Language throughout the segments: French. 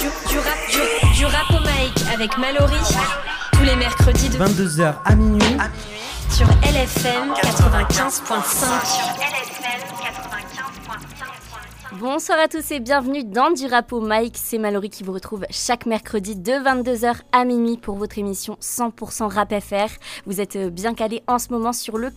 Du rap au mic avec Mallory. Tous les mercredis de 22h à minuit sur LFM 95.5. Bonsoir à tous et bienvenue dans Du Rap au Mic, c'est Mallory qui vous retrouve chaque mercredi de 22h à minuit pour votre émission 100% Rap FR. Vous êtes bien calés en ce moment sur le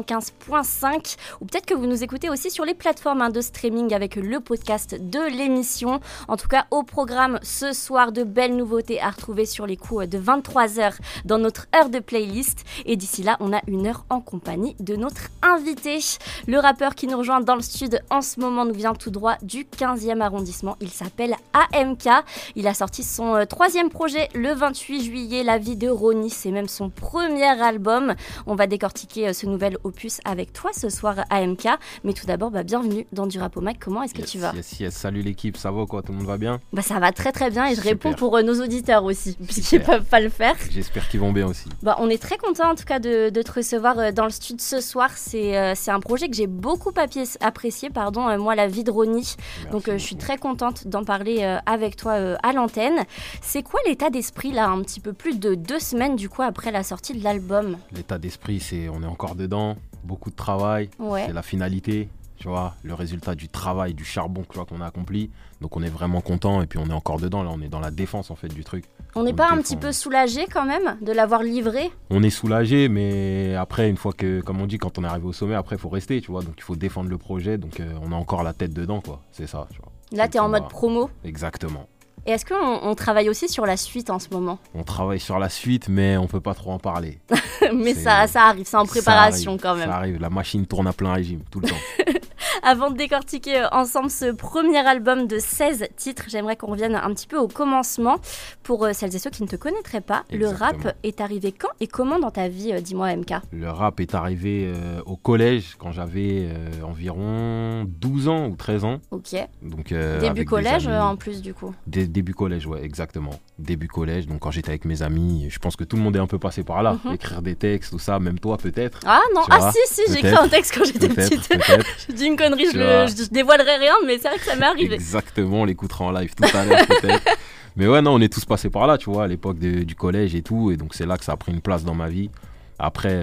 95.5 ou peut-être que vous nous écoutez aussi sur les plateformes de streaming avec le podcast de l'émission. En tout cas, au programme ce soir, de belles nouveautés à retrouver sur les coups de 23h dans notre heure de playlist. Et d'ici là, on a une heure en compagnie de notre invité. Le rappeur qui nous rejoint dans le studio en ce moment nous vient tout droit du 15e arrondissement. Il s'appelle AMK. Il a sorti son troisième projet le 28 juillet, La vie de Ronnie. C'est même son premier album. On va décortiquer ce nouvel opus avec toi ce soir, AMK. Mais tout d'abord, bienvenue dans Du Rap au Mic. Comment est-ce que tu vas ? Yes. Salut l'équipe, ça va quoi ? Tout le monde va bien ? Ça va très très bien et je réponds pour nos auditeurs aussi, puisqu'ils ne Super. peuvent pas le faire. J'espère qu'ils vont bien aussi. On est très content en tout cas de te recevoir dans le studio ce soir. C'est un projet que j'ai beaucoup apprécié, moi, La vie de Ronnie. Merci Donc je beaucoup. suis très contente d'en parler avec toi à l'antenne. C'est quoi l'état d'esprit là, un petit peu plus de 2 semaines du coup après la sortie de l'album ? L'état d'esprit, c'est on est encore dedans, beaucoup de travail, Ouais. c'est la finalité, tu vois, le résultat du travail, du charbon qu'on a accompli. Donc on est vraiment content et puis on est encore dedans, là on est dans la défense en fait du truc. On n'est On pas un défend. petit peu soulagé quand même de l'avoir livré ? On est soulagé, mais après une fois que, comme on dit, quand on est arrivé au sommet, après il faut rester, tu vois, donc il faut défendre le projet, donc on a encore la tête dedans quoi, c'est ça, tu vois. Là Donc, t'es en on mode va- promo. Exactement. Et est-ce qu'on travaille aussi sur la suite en ce moment ? On travaille sur la suite, mais on peut pas trop en parler. Mais C'est- ça arrive, c'est en préparation Ça arrive, quand même. Ça arrive, la machine tourne à plein régime tout le temps. Avant de décortiquer ensemble ce premier album de 16 titres, j'aimerais qu'on revienne un petit peu au commencement. Pour celles et ceux qui ne te connaîtraient pas, Exactement. le rap est arrivé quand et comment dans ta vie, dis-moi MK ? Le rap est arrivé au collège quand j'avais environ 12 ans ou 13 ans. Ok. Donc, Début avec des collège amis. en plus du coup. Début collège, ouais, exactement. Début collège, donc quand j'étais avec mes amis, je pense que tout le monde est un peu passé par là. Mhm. Écrire des textes, tout ça, même toi peut-être. Ah non, Tu vois, si, j'ai écrit peut-être, un texte quand j'étais petite. Peut-être. Je dis une connerie, Tu vois. je dévoilerai rien, mais c'est vrai que ça m'est arrivé. Exactement, on l'écoutera en live tout à l'heure peut-être. Mais ouais, non, on est tous passés par là, tu vois, à l'époque du collège et tout. Et donc c'est là que ça a pris une place dans ma vie. Après,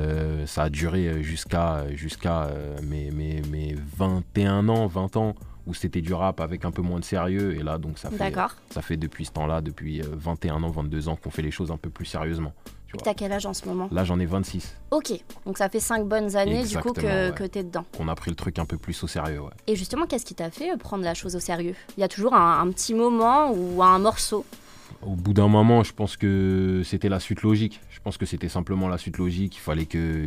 ça a duré jusqu'à mes 21 ans, 20 ans, où c'était du rap avec un peu moins de sérieux. Et là, donc D'accord. ça fait depuis ce temps-là, depuis 21 ans, 22 ans, qu'on fait les choses un peu plus sérieusement. Tu vois. T'as quel âge en ce moment ? Là, j'en ai 26. Ok, donc ça fait 5 bonnes années du coup Exactement, que ouais. t'es dedans. Qu'on a pris le truc un peu plus au sérieux, ouais. Et justement, qu'est-ce qui t'a fait prendre la chose au sérieux ? Il y a toujours un petit moment ou un morceau. Au bout d'un moment, je pense que c'était la suite logique. Je pense que c'était simplement la suite logique. Il fallait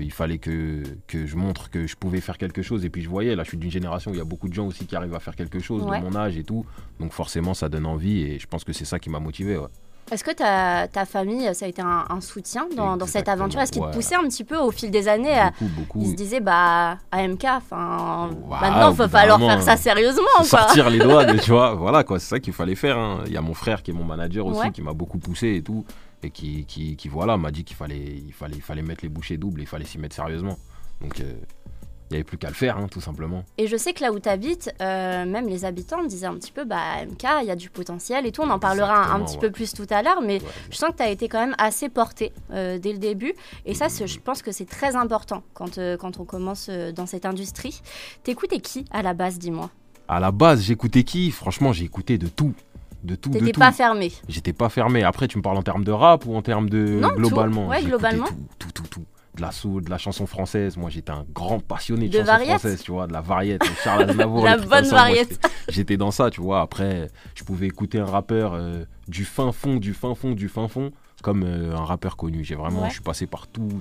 que je montre que je pouvais faire quelque chose. Et puis je voyais, là, je suis d'une génération où il y a beaucoup de gens aussi qui arrivent à faire quelque chose Ouais. de mon âge et tout. Donc forcément, ça donne envie. Et je pense que c'est ça qui m'a motivé. Ouais. Est-ce que ta famille, ça a été un soutien dans cette Exactement, aventure ? Est-ce qu'ils ouais. te poussaient un petit peu au fil des années Beaucoup. Ils se disaient, AMK, maintenant, Au il va bout falloir d'un faire moment, ça sérieusement, quoi. sortir les doigts, tu vois. Voilà, quoi. C'est ça qu'il fallait faire. Hein. Il y a mon frère qui est mon manager aussi, Ouais. qui m'a beaucoup poussé et tout. Et qui voilà, m'a dit qu'il fallait mettre les bouchées doubles. Il fallait s'y mettre sérieusement. Donc, il n'y avait plus qu'à le faire, hein, tout simplement. Et je sais que là où tu habites, même les habitants disaient un petit peu, AMK, il y a du potentiel et tout. On en parlera un Exactement, petit ouais. peu plus tout à l'heure, mais Ouais. je sens que tu as été quand même assez porté dès le début. Et ça, je pense que c'est très important quand on commence dans cette industrie. T'écoutais qui à la base, dis-moi ? À la base, j'écoutais qui ? Franchement, j'ai écouté de tout. De tout. T'étais pas fermé. J'étais pas fermé. Après, tu me parles en termes de rap ou en termes de Non, globalement tout. Ouais, J'écoutais globalement. Tout. De la soul, de la chanson française. Moi, j'étais un grand passionné de De chansons variette. françaises, tu vois, de la variette, de Charles Aznavour. La les trucs comme bonne ça. Moi, variette. j'étais dans ça, tu vois. Après, je pouvais écouter un rappeur du fin fond, comme un rappeur connu. Ouais. Je suis passé par tous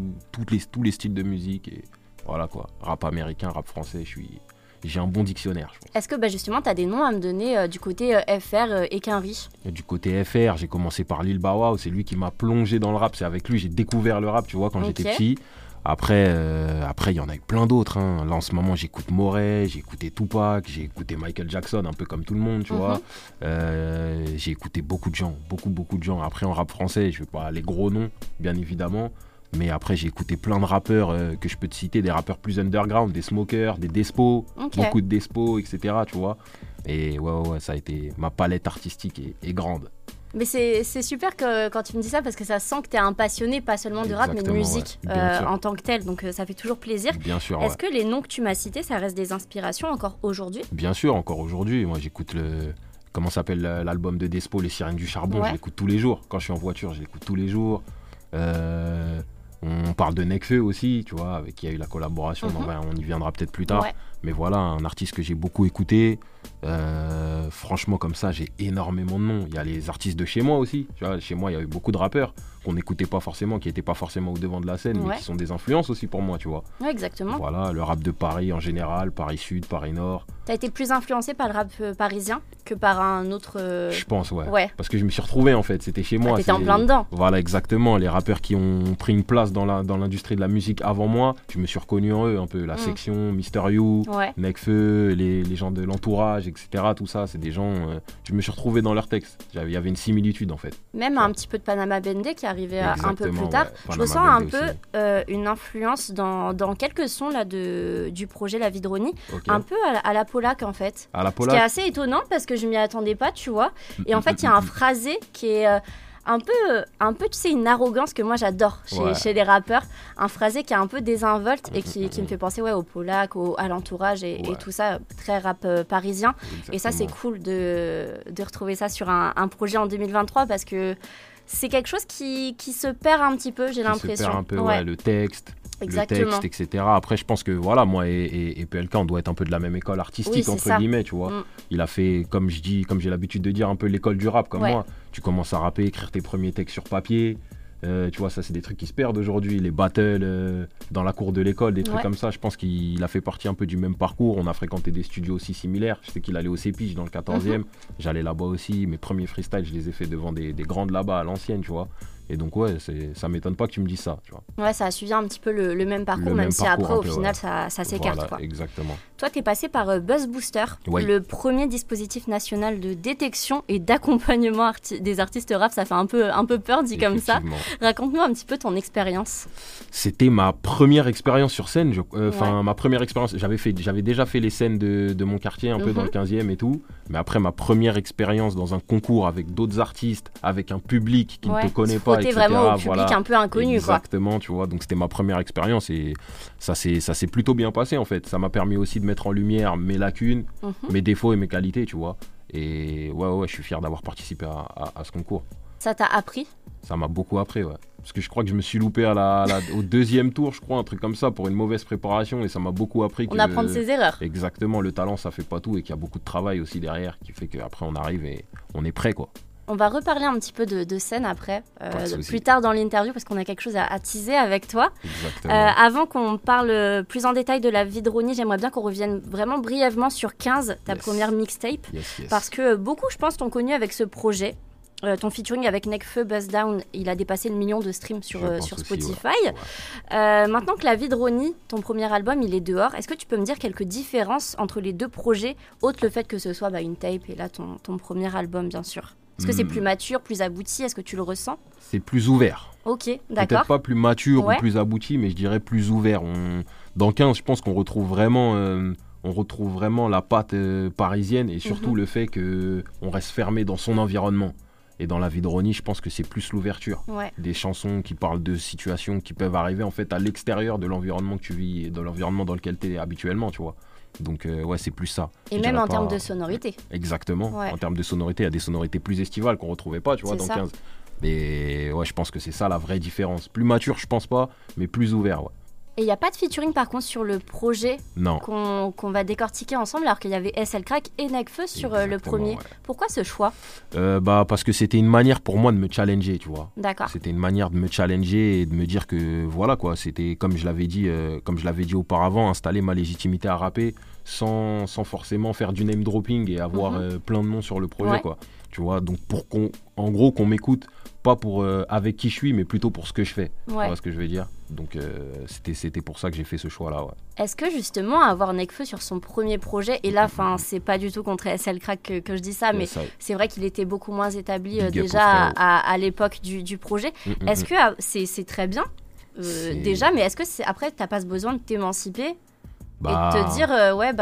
les styles de musique et voilà quoi. Rap américain, rap français, j'ai un bon dictionnaire, je pense. Est-ce que justement, tu as des noms à me donner du côté FR et Quinry ? Et du côté FR, j'ai commencé par Lil Bow Wow, c'est lui qui m'a plongé dans le rap. C'est avec lui j'ai découvert le rap, tu vois, quand Ok. j'étais petit. Après, il y en a eu plein d'autres. Hein. Là, en ce moment, j'écoute Moret, j'ai écouté Tupac, j'ai écouté Michael Jackson, un peu comme tout le monde, tu vois. J'ai écouté beaucoup de gens, beaucoup de gens. Après, en rap français, je vais pas les gros noms, bien évidemment. Mais après, j'ai écouté plein de rappeurs que je peux te citer, des rappeurs plus underground, des Smokers, des Despo, beaucoup de Despo, etc. Tu vois. Et ouais, ça a été... Ma palette artistique est grande. Mais c'est super que, quand tu me dis ça, parce que ça sent que tu es un passionné, pas seulement de rap, mais de musique en tant que tel. Donc ça fait toujours plaisir. Bien sûr, Est-ce que les noms que tu m'as cités, ça reste des inspirations encore aujourd'hui ? Bien sûr, encore aujourd'hui. Moi, j'écoute comment s'appelle l'album de Despo, Les Sirènes du Charbon. Je l'écoute tous les jours. Quand je suis en voiture, je l'écoute tous les jours. On parle de Nekfeu aussi, tu vois, avec qui il y a eu la collaboration. On y viendra peut-être plus tard. Mais voilà, un artiste que j'ai beaucoup écouté. Franchement, comme ça, j'ai énormément de noms. Il y a les artistes de chez moi aussi. Tu vois, chez moi, il y a eu beaucoup de rappeurs qu'on n'écoutait pas forcément, qui n'étaient pas forcément au devant de la scène, mais qui sont des influences aussi pour moi, tu vois. Ouais, exactement. Voilà, le rap de Paris en général, Paris Sud, Paris Nord. T'as été plus influencé par le rap parisien que par un autre... Je pense, ouais. Parce que je me suis retrouvé, en fait. C'était chez moi. T'étais en plein dedans. Voilà, exactement. Les rappeurs qui ont pris une place dans l'industrie de la musique avant moi, je me suis reconnu en eux un peu. La Section, Mister You, Nekfeu, les gens de l'entourage, etc. Tout ça, c'est des gens... je me suis retrouvé dans leurs textes. Il y avait une similitude, en fait. Même un petit peu de Panama Bendé qui arrivait un peu plus tard. Je ressens un peu une influence dans quelques sons là, du projet La Vie de Ronnie. Un peu à la Polak, en fait. À la Polak. Ce qui est assez étonnant parce que je m'y attendais pas, tu vois. Et en fait, il y a un phrasé qui est... un peu, tu sais, une arrogance que moi j'adore chez les rappeurs. Un phrasé qui est un peu désinvolte et qui me fait penser au Polak, à l'entourage et tout ça, très rap parisien. Exactement. Et ça, c'est cool de retrouver ça sur un projet en 2023 parce que c'est quelque chose qui se perd un petit peu, j'ai l'impression. Se perd un peu, le texte. Exactement. Le texte, etc. Après, je pense que voilà, moi et PLK, on doit être un peu de la même école artistique, entre guillemets, tu vois. Il a fait, comme j'ai l'habitude de dire, un peu l'école du rap, comme moi. Tu commences à rapper, écrire tes premiers textes sur papier. Tu vois, ça, c'est des trucs qui se perdent aujourd'hui. Les battles dans la cour de l'école, des trucs comme ça. Je pense qu'il a fait partie un peu du même parcours. On a fréquenté des studios aussi similaires. Je sais qu'il allait au Cépige dans le 14e. J'allais là-bas aussi. Mes premiers freestyles, je les ai fait devant des grandes là-bas à l'ancienne, tu vois. Et donc, ça m'étonne pas que tu me dises ça, tu vois. Ouais, ça a suivi un petit peu le même parcours, même si après, au final, ça s'écarte, voilà, quoi. Exactement. Toi, t'es passé par Buzz Booster, le premier dispositif national de détection et d'accompagnement des artistes rap. Ça fait un peu peur, dit comme ça. Raconte-nous un petit peu ton expérience. C'était ma première expérience sur scène. Ma première expérience, j'avais déjà fait les scènes de mon quartier, un peu dans le 15e et tout. Mais après, ma première expérience dans un concours avec d'autres artistes, avec un public qui ne te connaît pas, etc. Vraiment au public un peu inconnu. Exactement, tu vois. Donc, c'était ma première expérience et ça s'est plutôt bien passé, en fait. Ça m'a permis aussi de mettre en lumière mes lacunes, mes défauts et mes qualités, tu vois. Et je suis fier d'avoir participé à ce concours. Ça t'a appris ? Ça m'a beaucoup appris, ouais. Parce que je crois que je me suis loupé au deuxième tour, je crois, un truc comme ça, pour une mauvaise préparation. Et ça m'a beaucoup appris. On apprend de ses erreurs. Exactement, le talent, ça fait pas tout. Et qu'il y a beaucoup de travail aussi derrière, qui fait qu'après, on arrive et on est prêt, quoi. On va reparler un petit peu de scène après, plus tard dans l'interview, parce qu'on a quelque chose à teaser avec toi. Avant qu'on parle plus en détail de La Vie de Ronnie, j'aimerais bien qu'on revienne vraiment brièvement sur 15, ta première mixtape. Parce que beaucoup, je pense, t'ont connu avec ce projet. Ton featuring avec Nekfeu, Buzz Down, il a dépassé le 1 million de streams sur Spotify. Maintenant que La Vie de Ronnie, ton premier album, il est dehors, est-ce que tu peux me dire quelques différences entre les deux projets, autre le fait que ce soit une tape et là ton premier album, bien sûr? Est-ce que c'est plus mature, plus abouti? Est-ce que tu le ressens? C'est plus ouvert. Ok, d'accord. Peut-être pas plus mature ou plus abouti, mais je dirais plus ouvert. Dans 15, je pense qu'on retrouve vraiment la patte parisienne et surtout le fait qu'on reste fermé dans son environnement. Et dans La Vie de Ronnie, je pense que c'est plus l'ouverture. Des chansons qui parlent de situations qui peuvent arriver en fait à l'extérieur de l'environnement que tu vis et de l'environnement dans lequel tu es habituellement, tu vois. Donc c'est plus ça. Et même en termes de sonorité. Exactement. En termes de sonorité, il y a des sonorités plus estivales qu'on ne retrouvait pas, tu vois, dans 15. Mais je pense que c'est ça la vraie différence. Plus mature, je pense pas, mais plus ouvert, Et il n'y a pas de featuring par contre sur le projet qu'on va décortiquer ensemble, alors qu'il y avait SL Crack et Nekfeu sur le premier. Pourquoi ce choix? Parce que c'était une manière pour moi de me challenger, tu vois. D'accord. C'était une manière de me challenger et de me dire que voilà quoi, c'était comme je l'avais dit auparavant, installer ma légitimité à rapper sans forcément faire du name dropping et avoir plein de noms sur le projet, quoi. Tu vois, donc pour qu'on m'écoute, pas pour avec qui je suis, mais plutôt pour ce que je fais. Tu vois ce que je veux dire? Donc c'était pour ça que j'ai fait ce choix-là. Est-ce que justement avoir Nekfeu sur son premier projet, et là c'est pas du tout contre SL Crack que je dis ça, mais c'est vrai qu'il était beaucoup moins établi déjà à l'époque du projet. Est-ce que c'est très bien déjà, mais est-ce que après, t'as pas ce besoin de t'émanciper et de te dire,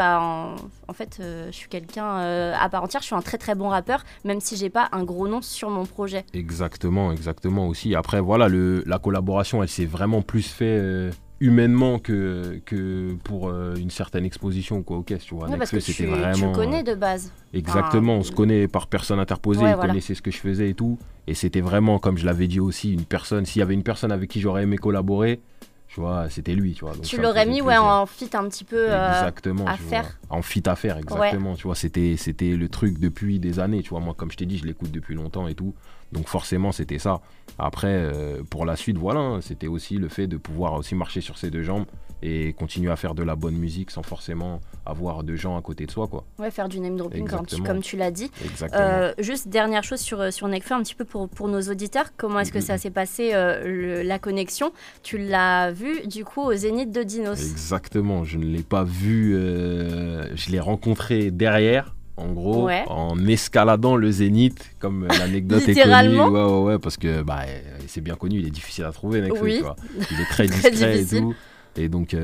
en fait, je suis quelqu'un à part entière, je suis un très très bon rappeur, même si j'ai pas un gros nom sur mon projet. Exactement aussi. Après, voilà, la collaboration, elle s'est vraiment plus fait humainement que pour une certaine exposition quoi, aux caisses, tu vois. Ouais, parce que c'était vraiment... tu connais de base. Exactement, on se connaît par personne interposée, Ouais, il voilà. connaissait ce que je faisais et tout. Et c'était vraiment, comme je l'avais dit aussi, s'il y avait une personne avec qui j'aurais aimé collaborer, tu vois, c'était lui, tu vois. Donc Tu ça me l'aurais faisait mis plaisir. en feat un petit peu Exactement, à tu faire. vois. En feat à faire, exactement. Tu vois, c'était le truc depuis des années, tu vois. Moi, comme je t'ai dit, je l'écoute depuis longtemps et tout. Donc forcément, c'était ça. Après, pour la suite, voilà, hein, c'était aussi le fait de pouvoir aussi marcher sur ses deux jambes et continuer à faire de la bonne musique sans forcément avoir de gens à côté de soi, quoi. Ouais, faire du name dropping Exactement. comme tu l'as dit. Exactement. Juste dernière chose sur Nekfeu, un petit peu pour nos auditeurs, comment est-ce que ça s'est passé la connexion? Tu l'as vu du coup au Zénith de Dinos. Exactement, je ne l'ai pas vu, je l'ai rencontré derrière, en gros, Ouais. en escaladant le Zénith, comme l'anecdote est connue. Littéralement. Ouais, parce que c'est bien connu, il est difficile à trouver, Nekfeu, Oui. tu vois. Il est très Très discret et difficile. tout. Et donc,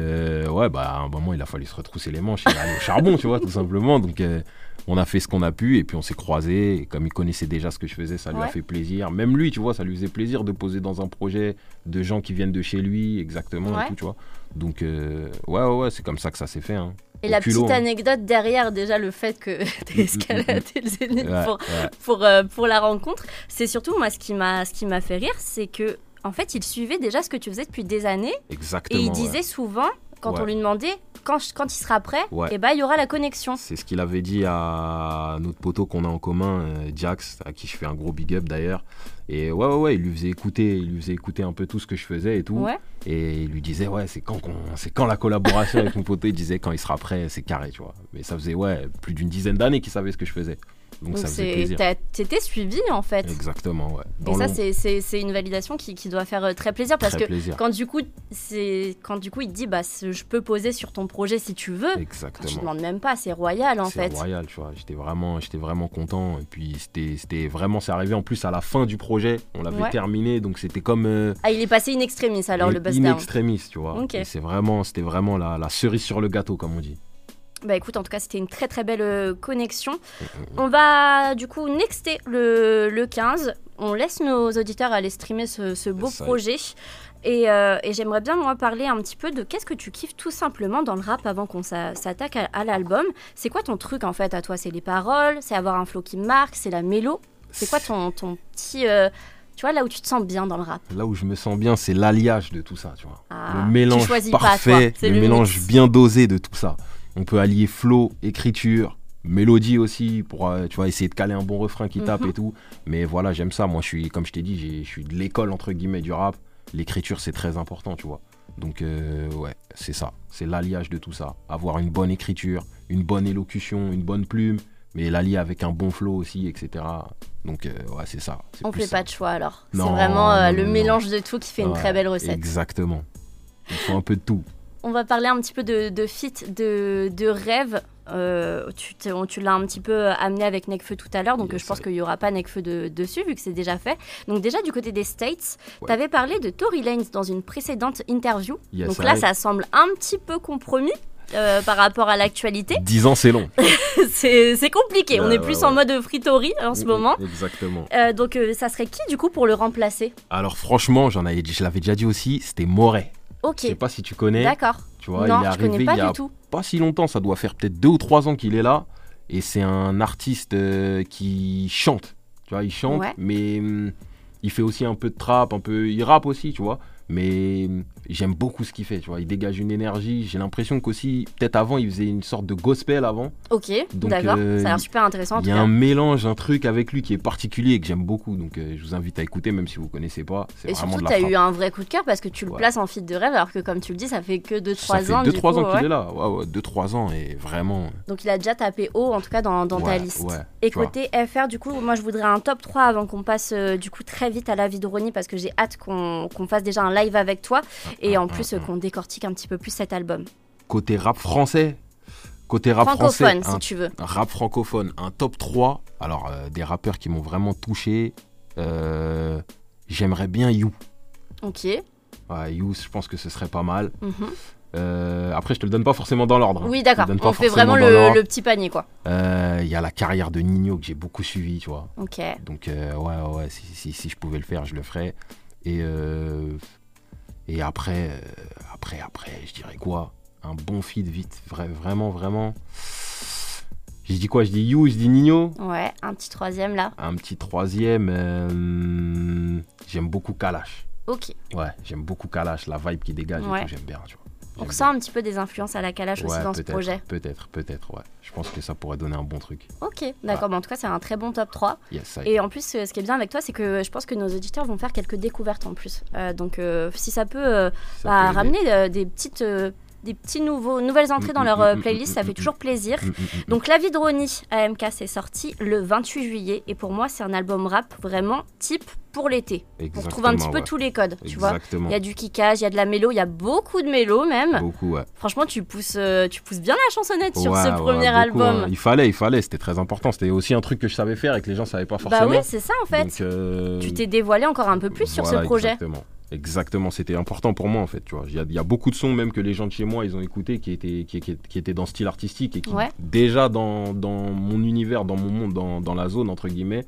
à un moment, il a fallu se retrousser les manches et aller au charbon, tu vois, tout simplement. Donc, on a fait ce qu'on a pu et puis on s'est croisés. Et comme il connaissait déjà ce que je faisais, ça lui a fait plaisir. Même lui, tu vois, ça lui faisait plaisir de poser dans un projet de gens qui viennent de chez lui, exactement, et tout, tu vois. Donc, c'est comme ça que ça s'est fait. Hein. Et Au la culot, petite hein. anecdote derrière, déjà le fait que tu escaladé le Zénith Ouais. pour la rencontre, c'est surtout moi ce qui m'a fait rire, c'est que en fait il suivait déjà ce que tu faisais depuis des années Exactement. et il disait souvent quand on lui demandait quand il sera prêt, il y aura la connexion. C'est ce qu'il avait dit à notre poteau qu'on a en commun, Jax, à qui je fais un gros big up d'ailleurs. Et il lui faisait écouter un peu tout ce que je faisais et tout. Ouais. Et il lui disait c'est quand la collaboration avec mon poteau. Il disait quand il sera prêt, c'est carré, tu vois. Mais ça faisait plus d'une dizaine d'années qu'il savait ce que je faisais. Donc ça faisait plaisir. T'étais suivi en fait. Exactement, ouais. Et ça c'est une validation qui doit faire très plaisir parce que plaisir. quand du coup il te dit je peux poser sur ton projet si tu veux. Exactement. Tu demandes même pas, c'est royal en fait. C'est royal, tu vois. J'étais vraiment content et puis c'était vraiment, c'est arrivé en plus à la fin du projet. On l'avait terminé, donc c'était comme il est passé in extremis alors le buzz in down. extremis, tu vois. Okay. Et c'était vraiment la cerise sur le gâteau, comme on dit. Bah écoute, en tout cas, c'était une très très belle connexion. On va du coup nexter le 15. On laisse nos auditeurs aller streamer ce beau projet. Et j'aimerais bien, moi, parler un petit peu de qu'est-ce que tu kiffes tout simplement dans le rap avant qu'on s'attaque à l'album. C'est quoi ton truc, en fait, à toi? C'est les paroles? C'est avoir un flow qui marque? C'est la mélo? C'est quoi ton petit... tu vois, là où tu te sens bien dans le rap? Là où je me sens bien, c'est l'alliage de tout ça, tu vois. Ah, le mélange parfait, le mélange mix. bien dosé de tout ça. On peut allier flow, écriture, mélodie aussi, pour tu vois, essayer de caler un bon refrain qui tape et tout. Mais voilà, j'aime ça. Moi, comme je t'ai dit, je suis de l'école, entre guillemets, du rap. L'écriture, c'est très important, tu vois. Donc, c'est ça. C'est l'alliage de tout ça. Avoir une bonne écriture, une bonne élocution, une bonne plume, mais l'allier avec un bon flow aussi, etc. Donc, c'est ça. On fait pas de choix, alors. Non, c'est vraiment le non. mélange de tout qui fait une très belle recette. Exactement. Il faut un peu de tout. On va parler un petit peu de feat, de rêve. Tu l'as un petit peu amené avec Nekfeu tout à l'heure, donc je pense qu'il n'y aura pas Nekfeu dessus, vu que c'est déjà fait. Donc déjà, du côté des States, tu avais parlé de Tory Lanez dans une précédente interview. Donc là, ça semble un petit peu compromis par rapport à l'actualité. 10 ans, c'est long. c'est compliqué. On est plus en mode fritory en ce moment. Exactement. Donc ça serait qui, du coup, pour le remplacer? Alors franchement, je l'avais déjà dit aussi, c'était Moret. Ok. Je sais pas si tu connais. D'accord. Tu vois, non, il est arrivé connais pas il y a du tout. Pas si longtemps, ça doit faire peut-être 2 ou 3 ans qu'il est là. Et c'est un artiste qui chante. Tu vois, il chante, mais il fait aussi un peu de trap, il rappe aussi, tu vois. Mais j'aime beaucoup ce qu'il fait, tu vois. Il dégage une énergie. J'ai l'impression qu'aussi, peut-être avant, il faisait une sorte de gospel avant. Ok, donc, d'accord. Ça a l'air super intéressant. Il y a un mélange, un truc avec lui qui est particulier et que j'aime beaucoup. Donc, je vous invite à écouter, même si vous ne connaissez pas. C'est et vraiment surtout, de la frappe. tu as eu un vrai coup de cœur parce que tu le places en feat de rêve, alors que, comme tu le dis, ça fait que 2-3 ans. Ça fait 2-3 ans qu'il est là. Ouais, 2-3 ans et vraiment. Donc, il a déjà tapé haut, en tout cas, dans ta liste. Ouais, et côté FR, du coup, moi, je voudrais un top 3 avant qu'on passe, du coup, très vite à la vie de Ronnie parce que j'ai hâte qu'on fasse déjà un live avec toi. Et en plus, qu'on décortique un petit peu plus cet album. Côté rap français, francophone, si tu veux. Rap francophone, un top 3. Alors, des rappeurs qui m'ont vraiment touché. J'aimerais bien You. Ok. Ouais, Youth, je pense que ce serait pas mal. Mhm. Après, je te le donne pas forcément dans l'ordre. Oui, d'accord. Je te le donne pas On fait forcément vraiment dans l'ordre. le petit panier, quoi. Il y a la carrière de Nino que j'ai beaucoup suivi, tu vois. Ok. Donc, ouais, si je pouvais le faire, je le ferais. Et après, je dirais quoi? Un bon feat, vite. Vraiment. Je dis quoi? Je dis You, je dis Nino. Ouais, un petit troisième, là. Un petit troisième, j'aime beaucoup Kalash. Ok. Ouais, j'aime beaucoup Kalash, la vibe qui dégage Ouais. et tout, j'aime bien, tu vois. On J'aime ressent un petit peu des influences à la Kalash aussi Ouais, dans ce projet. Peut-être, ouais. Je pense que ça pourrait donner un bon truc. Ok, d'accord. Mais en tout cas, c'est un très bon top 3. Yes, ça Et en plus, ce qui est bien avec toi, c'est que je pense que nos auditeurs vont faire quelques découvertes en plus. Donc, si ça peut, ça peut aider. ramener des petits nouvelles entrées dans leur playlist, ça fait toujours plaisir. Donc La vie de Ronnie, AMK, c'est sorti le 28 juillet. Et pour moi, c'est un album rap vraiment type pour l'été. On retrouve un petit peu tous les codes, tu vois. Exactement. Il y a du kickage, il y a de la mélo, il y a beaucoup de mélo même. Beaucoup, ouais. Franchement, tu pousses bien la chansonnette sur Ouais, ce premier beaucoup, album. hein. Il fallait, c'était très important. C'était aussi un truc que je savais faire et que les gens savaient pas forcément. Bah oui, c'est ça en fait. Donc, Tu t'es dévoilé encore un peu plus sur ce voilà, projet. Exactement, c'était important pour moi en fait. Tu vois, il y a beaucoup de sons même que les gens de chez moi ils ont écouté qui étaient dans ce style artistique et qui déjà dans mon univers, dans mon monde, dans la zone entre guillemets,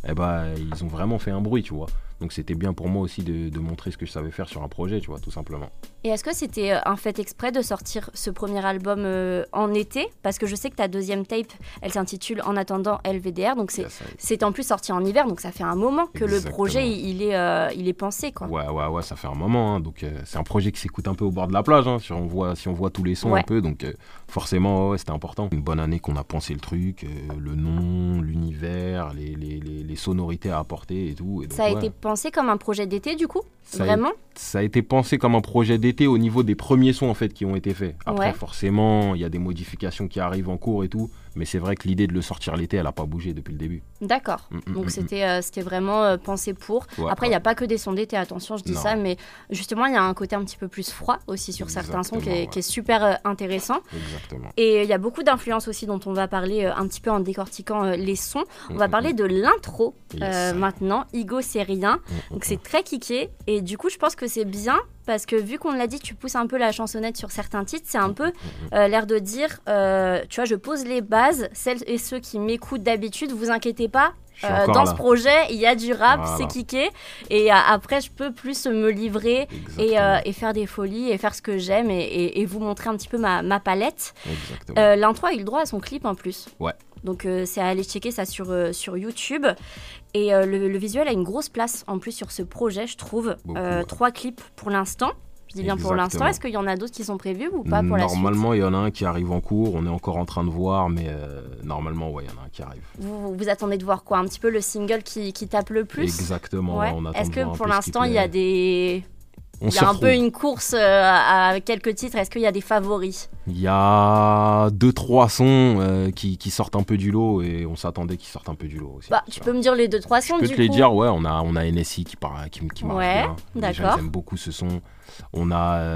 ils ont vraiment fait un bruit, tu vois. Donc c'était bien pour moi aussi de montrer ce que je savais faire sur un projet, tu vois, tout simplement. Et est-ce que c'était un fait exprès de sortir ce premier album en été? Parce que je sais que ta deuxième tape, elle s'intitule En attendant LVDR, donc c'est en plus sorti en hiver, donc ça fait un moment que le projet il est pensé, quoi. Ouais, ça fait un moment, hein. Donc c'est un projet qui s'écoute un peu au bord de la plage, hein, si on voit tous les sons un peu, donc forcément c'était important. Une bonne année qu'on a pensé le truc, le nom, l'univers, les sonorités à apporter et tout. Et donc, ça a été pensé comme un projet d'été du coup? Vraiment? Ça a été pensé comme un projet d'été au niveau des premiers sons en fait qui ont été faits. Après forcément il y a des modifications qui arrivent en cours et tout, mais c'est vrai que l'idée de le sortir l'été elle a pas bougé depuis le début. D'accord. Donc c'était vraiment pensé pour. Après il n'y a pas que des sons d'été, attention je dis ça, mais justement il y a un côté un petit peu plus froid aussi sur certains sons qui est super intéressant. Exactement. Et il y a beaucoup d'influences aussi dont on va parler un petit peu en décortiquant les sons. On va parler de l'intro maintenant, Igo c'est rien. Donc c'est très kické et du coup je pense que c'est bien parce que vu qu'on l'a dit, tu pousses un peu la chansonnette sur certains titres, c'est un peu l'air de dire, tu vois, je pose les bases, celles et ceux qui m'écoutent d'habitude, vous inquiétez pas, dans ce projet, il y a du rap, c'est kické, et après je peux plus me livrer et faire des folies et faire ce que j'aime et vous montrer un petit peu ma palette. L'intro a eu le droit à son clip en plus. Ouais. Donc c'est à aller checker ça sur YouTube. Et le visuel a une grosse place en plus sur ce projet, je trouve. 3 clips pour l'instant. Je dis bien pour l'instant. Est-ce qu'il y en a d'autres qui sont prévus ou pas pour la suite? Normalement, il y en a un qui arrive en cours. On est encore en train de voir, mais normalement, il y en a un qui arrive. Vous attendez de voir quoi? Un petit peu le single qui tape le plus? Exactement. Ouais. On attend Est-ce de que voir pour un peu l'instant, il y a des... Il y a un peu une course à quelques titres. Est-ce qu'il y a des favoris? Il y a 2-3 sons qui sortent un peu du lot et on s'attendait qu'ils sortent un peu du lot aussi. Tu peux me dire les 2-3 sons du coup? Je peux te les dire, ouais. On a NSI qui marche bien. D'accord. J'aime beaucoup ce son. On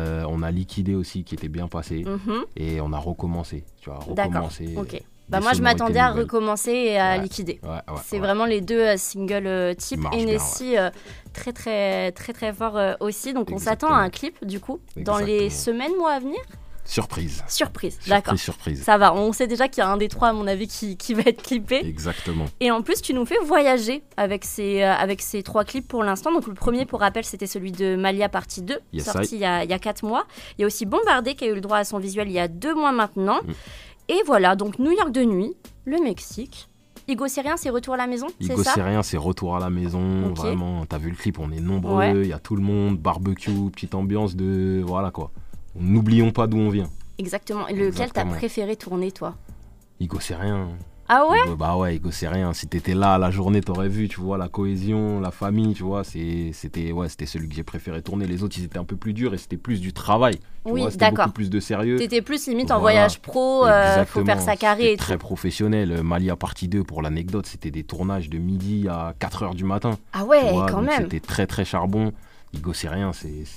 a liquidé aussi qui était bien passé et on a recommencé. Tu vois, recommencé. D'accord. Ok. Moi, je m'attendais à recommencer et à liquider. C'est vraiment les deux singles type. NSI, très, très, très, très fort aussi. Donc, on s'attend à un clip, du coup, dans les semaines, mois à venir. Surprise, d'accord. Surprise. Ça va, on sait déjà qu'il y a un des 3, à mon avis, qui va être clippé. Exactement. Et en plus, tu nous fais voyager avec ces 3 clips pour l'instant. Donc, le premier, pour rappel, c'était celui de Malia partie 2, sorti il y a 4 mois. Il y a aussi Bombardé, qui a eu le droit à son visuel il y a 2 mois maintenant. Et voilà, donc New York de nuit, le Mexique. Igo c'est rien, c'est retour à la maison, c'est ça? Igo c'est rien, c'est retour à la maison, vraiment. T'as vu le clip, on est nombreux, il y a tout le monde, barbecue, petite ambiance de... Voilà quoi. N'oublions pas d'où on vient. Exactement. Et lequel t'as préféré tourner, toi? Igo c'est rien. Ah ouais? Bah Igo c'est rien. Si t'étais là la journée, t'aurais vu, tu vois, la cohésion, la famille, tu vois. C'était celui que j'ai préféré tourner. Les autres, ils étaient un peu plus durs et c'était plus du travail. Oui, c'était beaucoup plus de sérieux. T'étais plus limite en voyage pro, faut faire sa carré et tout. Très professionnel. Malia partie 2, pour l'anecdote, c'était des tournages de midi à 4h du matin. Ah ouais, quand même. C'était très très charbon. Igo c'est rien,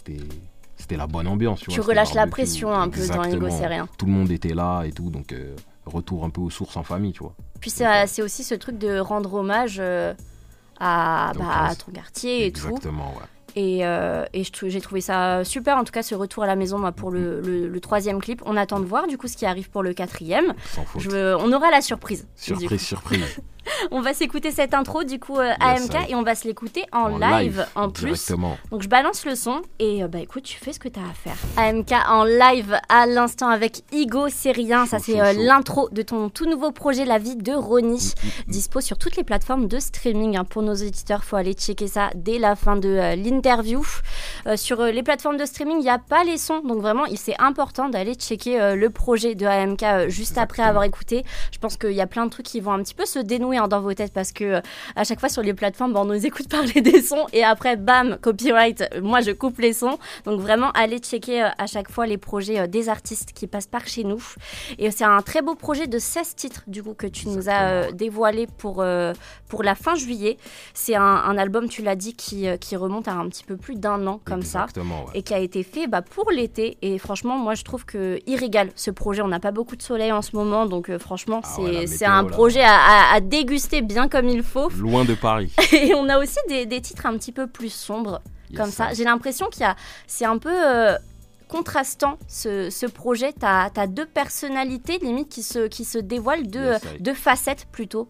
c'était la bonne ambiance. Tu relâches la pression un peu dans Igo c'est rien. Tout le monde était là et tout, donc retour un peu aux sources en famille, tu vois. Puis c'est aussi ce truc de rendre hommage à ton quartier et tout. Exactement, ouais. Et j'ai trouvé ça super, en tout cas ce retour à la maison moi, pour le 3e clip. On attend de voir du coup ce qui arrive pour le 4e. Sans faute. On aura la surprise. Surprise. On va s'écouter cette intro du coup AMK et on va se l'écouter en live en plus. Directement. Donc je balance le son et écoute, tu fais ce que tu as à faire. AMK en live à l'instant avec Igo, c'est rien. Ça c'est l'intro de ton tout nouveau projet La vie de Ronnie. Dispo sur toutes les plateformes de streaming. Hein. Pour nos auditeurs, faut aller checker ça dès la fin de l'interview. Sur les plateformes de streaming, il n'y a pas les sons. Donc vraiment, c'est important d'aller checker le projet de AMK juste après avoir écouté. Je pense qu'il y a plein de trucs qui vont un petit peu se dénouer dans vos têtes parce que à chaque fois sur les plateformes, on nous écoute parler des sons et après, bam, copyright, moi je coupe les sons. Donc vraiment, allez checker à chaque fois les projets des artistes qui passent par chez nous. Et c'est un très beau projet de 16 titres du coup que tu nous as dévoilé pour la fin juillet. C'est un album, tu l'as dit, qui remonte à un petit peu plus d'1 an comme ça. Ouais. Et qui a été fait pour l'été. Et franchement, moi je trouve qu'il régale ce projet. On n'a pas beaucoup de soleil en ce moment, donc franchement, c'est un projet à déguster bien comme il faut. Loin de Paris. Et on a aussi des titres un petit peu plus sombres comme ça. J'ai l'impression c'est un peu contrastant ce projet. T'as 2 personnalités limite qui se dévoilent, deux facettes plutôt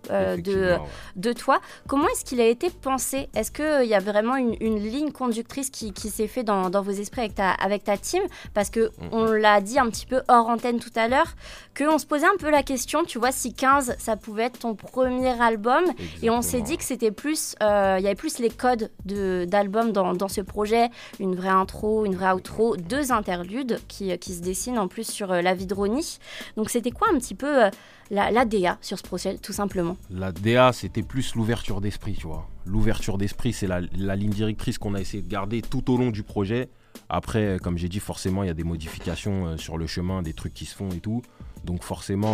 de toi. Comment est-ce qu'il a été pensé? Est-ce qu'il y a vraiment une ligne conductrice qui s'est fait dans vos esprits avec ta team? Parce que on l'a dit un petit peu hors antenne tout à l'heure, qu'on se posait un peu la question, tu vois, si 15 ça pouvait être ton premier album. Exactement. Et on s'est dit que c'était plus, il y avait plus les codes d'album dans ce projet, une vraie intro, une vraie outro, 2 interludes qui se dessinent en plus sur La vie de Ronnie. Donc c'était quoi un petit peu la DA sur ce projet, tout simplement? La DA, c'était plus l'ouverture d'esprit, tu vois. L'ouverture d'esprit, c'est la ligne directrice qu'on a essayé de garder tout au long du projet. Après, comme j'ai dit, forcément, il y a des modifications sur le chemin, des trucs qui se font et tout. Donc forcément,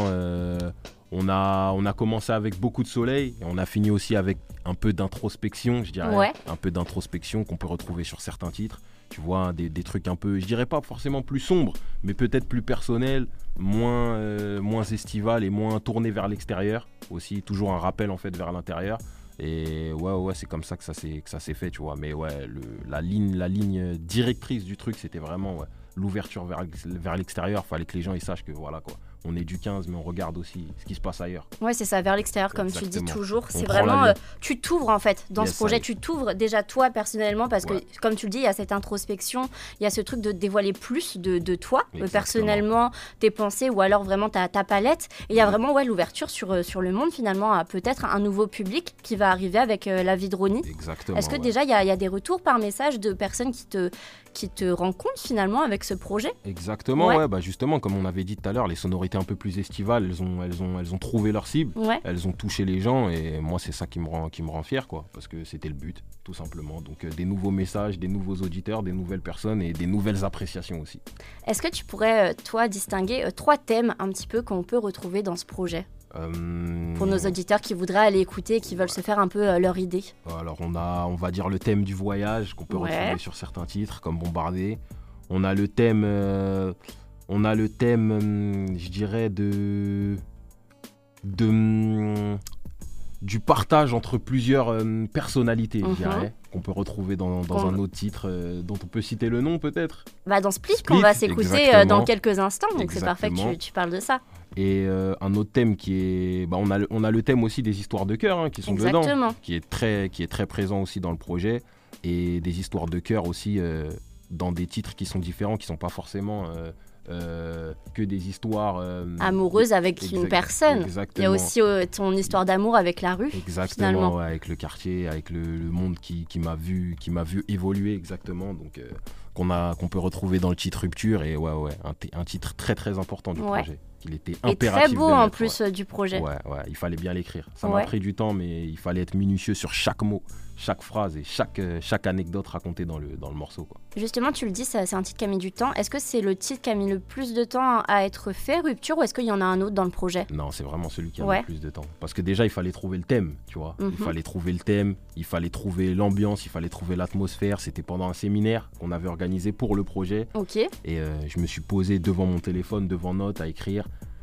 on a commencé avec beaucoup de soleil et on a fini aussi avec un peu d'introspection, je dirais. Ouais. Un peu d'introspection qu'on peut retrouver sur certains titres. Tu vois, des trucs un peu, je dirais pas forcément plus sombres, mais peut-être plus personnels, moins estival et moins tourné vers l'extérieur. Aussi, toujours un rappel en fait vers l'intérieur. Et ouais, c'est comme ça que ça s'est fait, tu vois. Mais ouais, la ligne directrice du truc, c'était vraiment l'ouverture vers l'extérieur. Fallait que les gens ils sachent que voilà quoi. On est du 15, mais on regarde aussi ce qui se passe ailleurs. Ouais, c'est ça, vers l'extérieur, comme tu dis toujours. C'est vraiment, tu t'ouvres en fait dans ce projet. Tu t'ouvres déjà toi personnellement, parce que comme tu le dis, il y a cette introspection, il y a ce truc de dévoiler plus de toi, personnellement, tes pensées ou alors vraiment ta palette. Et il y a vraiment l'ouverture sur le monde finalement, à peut-être un nouveau public qui va arriver avec La vie de Ronnie. Exactement. Est-ce que déjà il y a des retours par message de personnes qui te rencontrent finalement avec ce projet? Exactement, justement, comme on avait dit tout à l'heure, les sonorités un peu plus estivales, elles ont trouvé leur cible, elles ont touché les gens et moi c'est ça qui me rend fier quoi, parce que c'était le but tout simplement. Donc des nouveaux messages, des nouveaux auditeurs, des nouvelles personnes et des nouvelles appréciations aussi. Est-ce que tu pourrais toi distinguer 3 thèmes un petit peu qu'on peut retrouver dans ce projet? Pour nos auditeurs qui voudraient aller écouter et qui veulent se faire un peu leur idée. Alors on va dire le thème du voyage qu'on peut retrouver sur certains titres comme Bombardé. On a le thème je dirais du partage entre plusieurs personnalités, je dirais, qu'on peut retrouver dans un autre titre dont on peut citer le nom peut-être. Dans Split qu'on va s'écouter dans quelques instants, donc c'est parfait que tu parles de ça. Et un autre thème qui est... on a le thème aussi des histoires de cœur qui sont dedans, qui est très présent aussi dans le projet, et des histoires de cœur aussi dans des titres qui sont différents, qui ne sont pas forcément... que des histoires amoureuses avec une personne. Exactement. Il y a aussi ton histoire d'amour avec la rue. Exactement, avec le quartier, avec le monde qui m'a vu évoluer exactement. Donc qu'on peut retrouver dans le titre Rupture et un titre très très important du projet. Il était impératif. Et très beau en plus du projet. Ouais, il fallait bien l'écrire. Ça m'a pris du temps, mais il fallait être minutieux sur chaque mot, chaque phrase et chaque anecdote racontée dans le morceau, quoi. Justement, tu le dis, c'est un titre qui a mis du temps. Est-ce que c'est le titre qui a mis le plus de temps à être fait, Rupture, ou est-ce qu'il y en a un autre dans le projet? Non, c'est vraiment celui qui a mis le plus de temps. Parce que déjà, il fallait trouver le thème, tu vois. Il fallait trouver le thème, il fallait trouver l'ambiance, il fallait trouver l'atmosphère. C'était pendant un séminaire qu'on avait organisé pour le projet. Ok. Et je me suis posé devant mon téléphone, devant Note, à écrire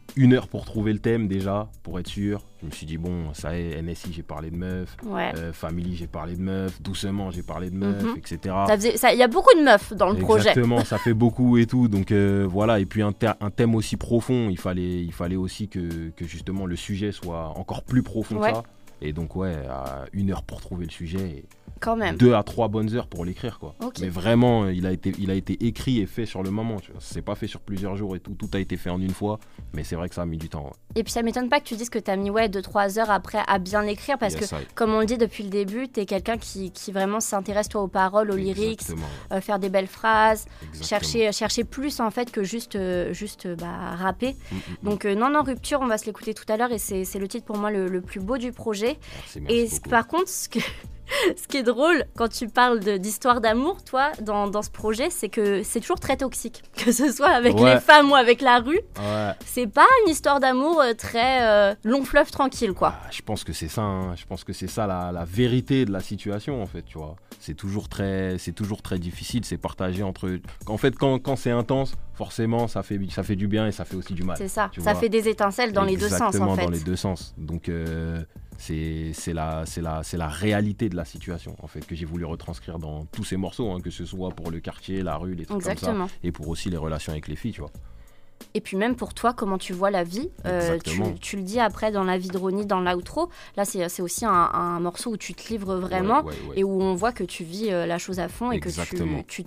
1 heure pour trouver le thème déjà, pour être sûr. Je me suis dit, bon, ça y est, NSI, j'ai parlé de meufs. Family, j'ai parlé de meufs. Doucement, j'ai parlé de meufs, etc. Il y a beaucoup de meufs dans le projet. Exactement, ça fait beaucoup et tout. Donc voilà, et puis un thème aussi profond, il fallait aussi que justement le sujet soit encore plus profond que ça. Et donc à 1 heure pour trouver le sujet. Quand même. 2 à 3 bonnes heures pour l'écrire, quoi. Okay. Mais vraiment, il a été écrit et fait sur le moment. Tu vois. C'est pas fait sur plusieurs jours et tout. Tout a été fait en une fois. Mais c'est vrai que ça a mis du temps. Ouais. Et puis ça m'étonne pas que tu dises que tu as mis 2-3 heures après à bien écrire. Parce que, comme on le dit depuis le début, tu es quelqu'un qui vraiment s'intéresse toi aux paroles, aux lyrics, faire des belles phrases, chercher plus en fait que juste rapper. Donc non, Rupture, on va se l'écouter tout à l'heure. Et c'est le titre pour moi le plus beau du projet. Merci beaucoup. Par contre, ce qui est drôle quand tu parles d'histoire d'amour, toi, dans ce projet, c'est que c'est toujours très toxique. Que ce soit avec les femmes ou avec la rue, c'est pas une histoire d'amour très long fleuve tranquille, quoi. Je pense que c'est ça, hein. Je pense que c'est ça la vérité de la situation, en fait, tu vois. C'est toujours très difficile, c'est partagé entre... En fait, quand c'est intense, forcément, ça fait du bien et ça fait aussi du mal. C'est ça, ça fait des étincelles dans les deux sens, en fait. Exactement, dans les deux sens. Donc... C'est la réalité de la situation en fait que j'ai voulu retranscrire dans tous ces morceaux, hein, que ce soit pour le quartier, la rue, les trucs comme ça, et pour aussi les relations avec les filles, tu vois. Et puis même pour toi, comment tu vois la vie, tu le dis après dans La Vie de Ronnie, dans l'outro, là c'est aussi un morceau où tu te livres vraiment et où on voit que tu vis la chose à fond et que tu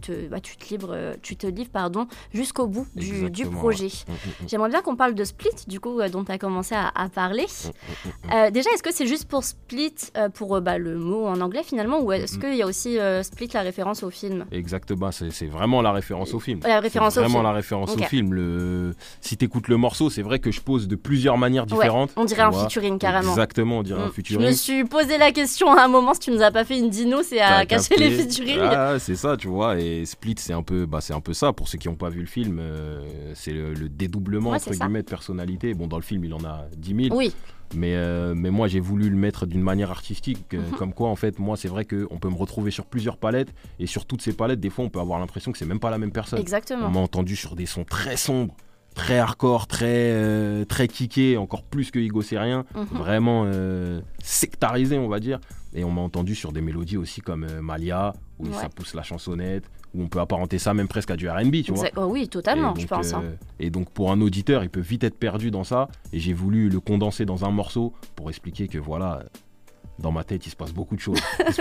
te livres jusqu'au bout du projet. J'aimerais bien qu'on parle de Split, du coup, dont tu as commencé à parler. Déjà, est-ce que c'est juste pour Split, pour le mot en anglais finalement, ou est-ce qu'il y a aussi Split, la référence au film? Exactement, c'est vraiment la référence au film. La référence au film. Vraiment la référence au film. Si t'écoutes le morceau, c'est vrai que je pose de plusieurs manières différentes. On dirait un featuring carrément. Exactement, on dirait un featuring. Je me suis posé la question à un moment, si tu nous as pas fait une dino, c'est à cacher les featuring. C'est ça, tu vois. Et Split, c'est un peu ça. Pour ceux qui n'ont pas vu le film, c'est le dédoublement entre guillemets de personnalité. Bon, dans le film, il en a 10 000. Oui. Mais moi, j'ai voulu le mettre d'une manière artistique. Comme quoi, en fait, moi, c'est vrai qu'on peut me retrouver sur plusieurs palettes. Et sur toutes ces palettes, des fois, on peut avoir l'impression que c'est même pas la même personne. Exactement. On m'a entendu sur des sons très sombres, très hardcore, très kické, encore plus que Higo c'est rien, vraiment sectarisé, on va dire. Et on m'a entendu sur des mélodies aussi comme Malia, où ça pousse la chansonnette, où on peut apparenter ça même presque à du R&B, tu vois. Oui, totalement, je pense. Et donc pour un auditeur, il peut vite être perdu dans ça. Et j'ai voulu le condenser dans un morceau pour expliquer que voilà... Dans ma tête, il se passe beaucoup de choses.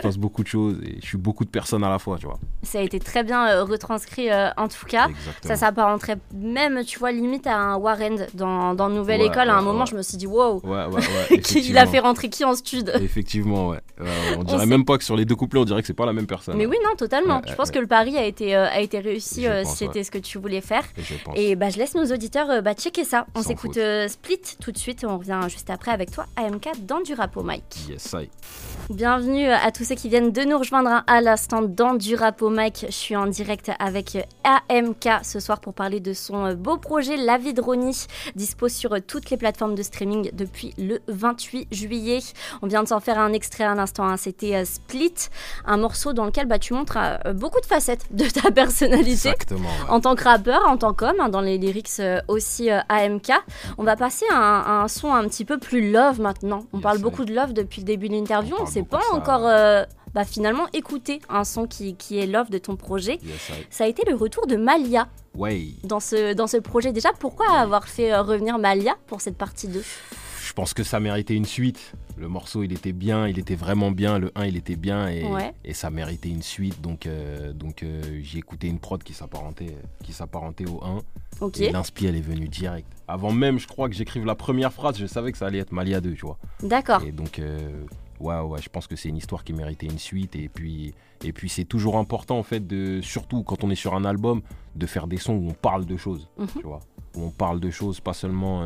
Et je suis beaucoup de personnes à la fois, tu vois. Ça a été très bien retranscrit en tout cas. Exactement. Ça s'apparenterait même, tu vois, limite à un Warren dans Nouvelle École. À un moment, je me suis dit, wow, il a fait rentrer qui en stud? Effectivement, on dirait même pas que sur les deux couplets, on dirait que c'est pas la même personne. Mais oui, non, totalement. Je pense que le pari a été réussi si c'était ce que tu voulais faire. Et je laisse nos auditeurs checker ça. On s'écoute Split tout de suite et on revient juste après avec toi, AMK, dans du rap au mic. Yes, I. Bienvenue à tous ceux qui viennent de nous rejoindre à l'instant dans du rap au mic. Je suis en direct avec AMK ce soir pour parler de son beau projet La Vie de Ronnie, dispo sur toutes les plateformes de streaming depuis le 28 juillet. On vient de s'en faire un extrait à l'instant, hein. C'était Split, un morceau dans lequel tu montres beaucoup de facettes de ta personnalité. Exactement, en tant que rappeur, en tant qu'homme, dans les lyrics aussi AMK. On va passer à un son un petit peu plus love maintenant. On parle beaucoup de love depuis le début de l'interview. On ne s'est pas encore finalement écouté un son qui est love de ton projet. Ça a été le retour de Malia dans ce projet. Déjà, pourquoi avoir fait revenir Malia pour cette partie 2 ? Je pense que ça méritait une suite. Le morceau, il était bien, il était vraiment bien. Le 1, il était bien et ça méritait une suite. Donc j'ai écouté une prod qui s'apparentait au 1. Okay. Et l'inspi, elle est venue direct. Avant même, je crois que j'écrive la première phrase, je savais que ça allait être Malia 2, tu vois. D'accord. Et donc... je pense que c'est une histoire qui méritait une suite et puis c'est toujours important en fait surtout quand on est sur un album de faire des sons où on parle de choses, tu vois, où on parle de choses, pas seulement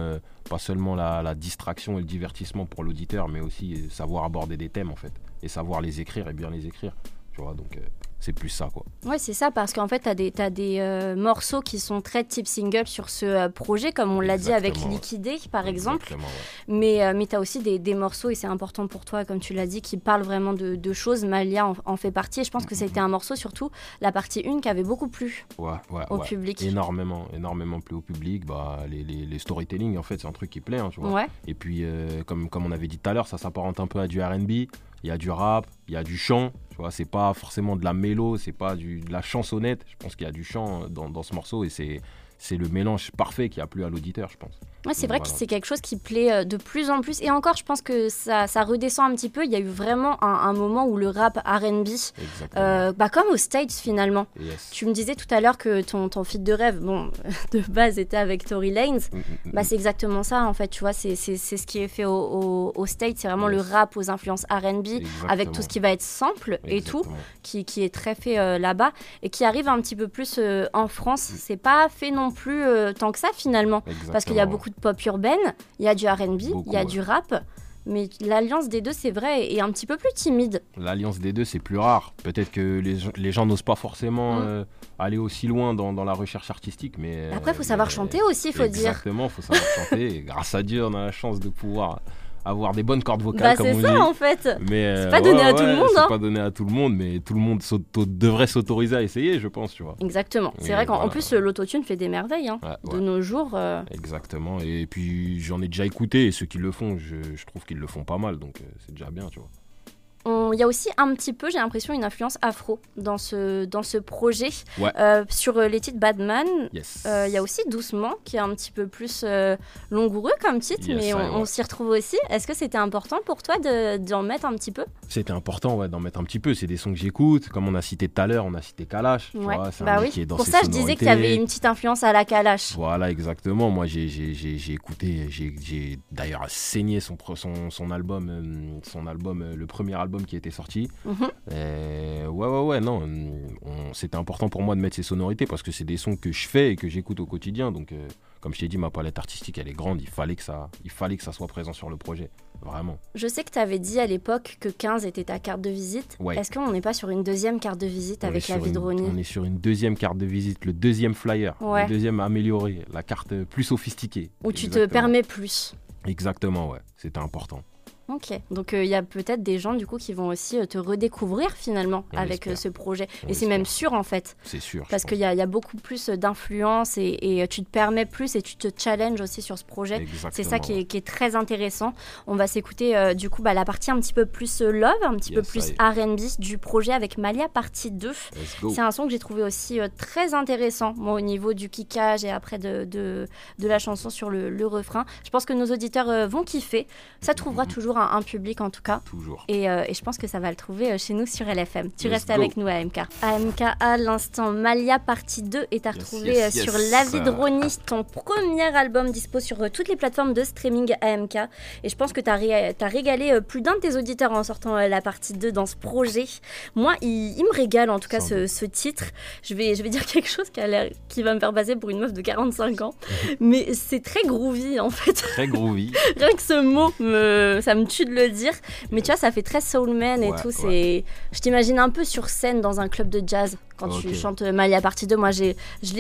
la distraction et le divertissement pour l'auditeur, mais aussi savoir aborder des thèmes en fait et savoir les écrire et bien les écrire, tu vois, donc C'est plus ça, quoi. Ouais, c'est ça, parce qu'en fait, t'as des morceaux qui sont très type single sur ce projet, comme on l'a dit avec Liquidé, par exemple. Ouais. Mais t'as aussi des morceaux, et c'est important pour toi, comme tu l'as dit, qui parlent vraiment de choses. Malia en fait partie, et je pense que ça a été un morceau, surtout la partie 1, qui avait beaucoup plu au public. Énormément plu au public. Les storytelling, en fait, c'est un truc qui plaît, hein, tu vois. Ouais. Et puis, comme on avait dit tout à l'heure, ça s'apparente un peu à du R&B. Il y a du rap, il y a du chant, tu vois, c'est pas forcément de la mélo, c'est pas de la chansonnette. Je pense qu'il y a du chant dans ce morceau et c'est le mélange parfait qui a plu à l'auditeur, je pense. Ouais, c'est vrai que c'est quelque chose qui plaît de plus en plus. Et encore, je pense que ça redescend un petit peu. Il y a eu vraiment un moment où le rap R&B, comme aux States finalement. Yes. Tu me disais tout à l'heure que ton feat de rêve, de base, était avec Tory Lanez. C'est exactement ça, en fait. Tu vois, c'est ce qui est fait aux States. C'est vraiment le rap aux influences R&B, avec tout ce qui va être sample et tout, qui est très fait là-bas. Et qui arrive un petit peu plus en France. C'est pas fait non plus tant que ça, finalement. Parce qu'il y a beaucoup de pop urbaine, il y a du R&B, il y a du rap, mais l'alliance des deux, c'est vrai, est un petit peu plus timide. L'alliance des deux, c'est plus rare. Peut-être que les gens n'osent pas forcément aller aussi loin dans la recherche artistique, mais... Après, il faut savoir chanter aussi, il faut dire. Exactement, il faut savoir chanter. Et grâce à Dieu, on a la chance de pouvoir avoir des bonnes cordes vocales, comme on dit. C'est ça, en fait. Mais c'est pas donné à tout le monde. C'est pas donné à tout le monde, mais tout le monde devrait s'autoriser à essayer, je pense, tu vois. Exactement. C'est vrai qu'en plus, l'autotune fait des merveilles, de nos jours. Exactement. Et puis, j'en ai déjà écouté, et ceux qui le font, je trouve qu'ils le font pas mal, donc c'est déjà bien, tu vois. Il y a aussi un petit peu, j'ai l'impression, une influence afro dans ce projet. Ouais. Sur les titres Badman, yes. Il y a aussi Doucement, qui est un petit peu plus langoureux comme titre, mais on s'y retrouve aussi. Est-ce que c'était important pour toi d'en mettre un petit peu ? C'était important, d'en mettre un petit peu. C'est des sons que j'écoute. Comme on a cité tout à l'heure, on a cité Kalash. Tu vois, c'est un mec qui est dans pour ses ça, sonorités. Je disais qu'il y avait une petite influence à la Kalash. Voilà, exactement. Moi, j'ai écouté, j'ai d'ailleurs saigné son album, le premier album qui était sorti. Non, c'était important pour moi de mettre ces sonorités parce que c'est des sons que je fais et que j'écoute au quotidien. Donc, comme je t'ai dit, ma palette artistique, elle est grande. Il fallait que ça soit présent sur le projet. Vraiment. Je sais que tu avais dit à l'époque que 15 était ta carte de visite. Ouais. Est-ce qu'on n'est pas sur une deuxième carte de visite avec La Vie de Ronnie ? On est sur une deuxième carte de visite, le deuxième flyer, le deuxième amélioré, la carte plus sophistiquée. Où tu te permets plus. Exactement, ouais. C'était important. Ok, donc il y a peut-être des gens du coup qui vont aussi te redécouvrir finalement avec ce projet. Et c'est même sûr en fait. C'est sûr. Parce qu'il y a beaucoup plus d'influence et tu te permets plus et tu te challenges aussi sur ce projet. Exactement. C'est ça qui est très intéressant. On va s'écouter du coup la partie un petit peu plus love, un petit peu plus R&B du projet avec Malia partie 2. C'est un son que j'ai trouvé aussi très intéressant moi, au niveau du kickage et après de la chanson sur le refrain. Je pense que nos auditeurs vont kiffer. Ça trouvera toujours un public en tout cas. Toujours. Et je pense que ça va le trouver chez nous sur LFM. Tu restes avec nous AMK. AMK à l'instant, Malia partie 2 est à retrouver sur La Vie de Ronnie, ton premier album dispo sur toutes les plateformes de streaming AMK. Et je pense que t'as régalé plus d'un de tes auditeurs en sortant la partie 2 dans ce projet. Moi, il me régale en tout cas ce titre. Je vais dire quelque chose qui va me faire passer pour une meuf de 45 ans. Mais c'est très groovy en fait. Très groovy. Rien que ce mot, ça me tue de le dire, mais tu vois, ça fait très soulman et tout. Je t'imagine un peu sur scène dans un club de jazz quand tu chantes Malia partie 2. Moi, j'ai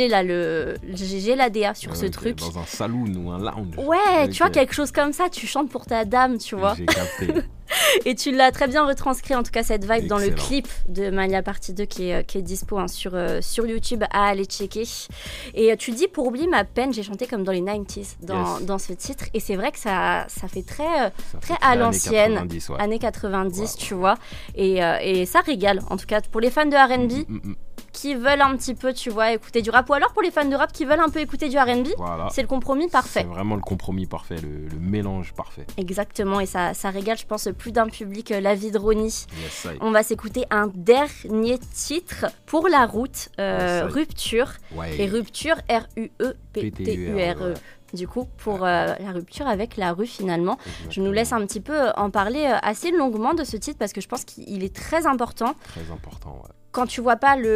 la DA sur ce truc. Dans un saloon ou un lounge. Ouais, tu vois, quelque chose comme ça. Tu chantes pour ta dame, tu vois. J'ai capté. Et tu l'as très bien retranscrit, en tout cas, cette vibe dans le clip de Malia partie 2 qui est dispo sur YouTube à aller checker. Et tu dis, pour oublier ma peine, j'ai chanté comme dans les 90s dans ce titre. Et c'est vrai que ça fait très à l'ancienne, années 90, tu vois. Et ça régale, en tout cas, pour les fans de R&B. Qui veulent un petit peu, tu vois, écouter du rap, ou alors pour les fans de rap qui veulent un peu écouter du R&B, c'est le compromis parfait. C'est vraiment le compromis parfait, le mélange parfait. Exactement, et ça régale, je pense, plus d'un public. La Vie de Ronnie. On va s'écouter un dernier titre pour la route, Rupture. Et Rupture, R-U-E-P-T-U-R-E. Du coup, pour la rupture avec la rue finalement. Exactement. Je nous laisse un petit peu en parler assez longuement de ce titre parce que je pense qu'il est très important. Très important, ouais. Quand tu vois pas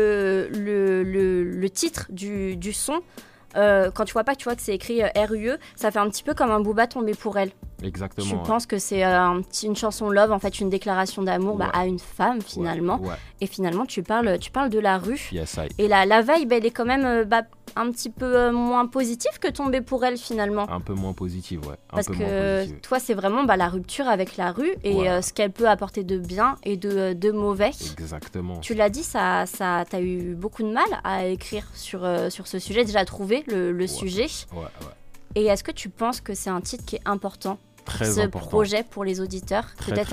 le titre du son, quand tu vois pas que c'est écrit RUE, ça fait un petit peu comme un Booba tombé pour elle. Exactement. Tu penses que c'est une chanson love, en fait, une déclaration d'amour à une femme, finalement. Ouais. Et finalement, tu parles de la rue. Yes, et la vibe, elle est quand même un petit peu moins positive que Tomber pour elle, finalement. Un peu moins positive, ouais. Parce que toi, c'est vraiment la rupture avec la rue et ce qu'elle peut apporter de bien et de mauvais. Exactement. Tu l'as dit, t'as eu beaucoup de mal à écrire sur ce sujet, déjà à trouver le sujet. Ouais. Et est-ce que tu penses que c'est un titre qui est important, très important. Projet pour les auditeurs? Peut-être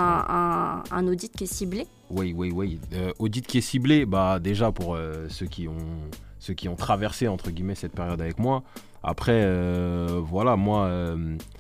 un audit qui est ciblé? Oui. Audit qui est ciblé, déjà pour ceux qui ont traversé, entre guillemets, cette période avec moi. Après, moi,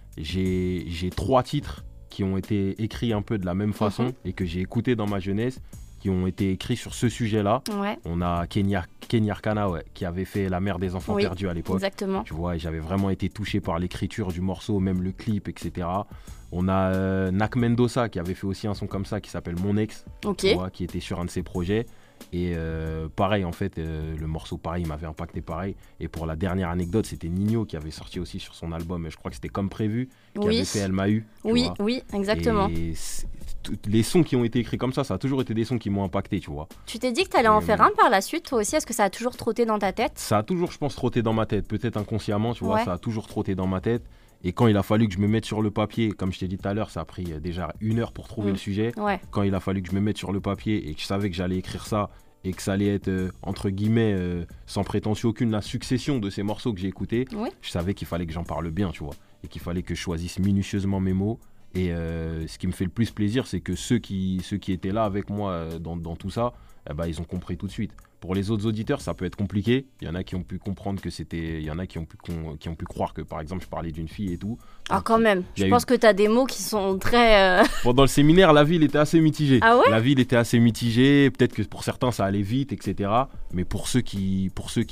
j'ai 3 titres qui ont été écrits un peu de la même façon et que j'ai écoutés dans ma jeunesse, qui ont été écrits sur ce sujet-là. Ouais. On a Kenny Arcana, qui avait fait La mère des enfants perdus à l'époque. Exactement. Tu vois, j'avais vraiment été touché par l'écriture du morceau, même le clip, etc. On a Nak Mendoza qui avait fait aussi un son comme ça qui s'appelle Mon Ex, tu vois, qui était sur un de ses projets. Et pareil, en fait, le morceau, pareil, il m'avait impacté pareil. Et pour la dernière anecdote, c'était Nino qui avait sorti aussi sur son album, je crois que c'était Comme Prévu, qui avait fait Elle m'a eu. Oui, exactement. Et les sons qui ont été écrits comme ça a toujours été des sons qui m'ont impacté, tu vois. Tu t'es dit que tu allais en faire un par la suite, toi aussi? Est-ce que ça a toujours trotté dans ta tête? Ça a toujours, je pense, trotté dans ma tête, peut-être inconsciemment, tu vois, ça a toujours trotté dans ma tête. Et quand il a fallu que je me mette sur le papier, comme je t'ai dit tout à l'heure, ça a pris déjà 1 heure pour trouver le sujet. Ouais. Quand il a fallu que je me mette sur le papier et que je savais que j'allais écrire ça et que ça allait être, entre guillemets, sans prétention aucune, la succession de ces morceaux que j'ai écoutés, je savais qu'il fallait que j'en parle bien, tu vois. Et qu'il fallait que je choisisse minutieusement mes mots. Et ce qui me fait le plus plaisir, c'est que ceux qui étaient là avec moi dans tout ça, ils ont compris tout de suite. Pour les autres auditeurs, ça peut être compliqué. Il y en a qui ont pu comprendre que c'était... Il y en a qui ont pu croire que, par exemple, je parlais d'une fille et tout. Ah, quand même. Je pense que tu as des mots qui sont très... Pendant le séminaire, la vie, elle était assez mitigée. Ah ouais? La vie, elle était assez mitigée. Peut-être que pour certains, ça allait vite, etc. Mais pour ceux qui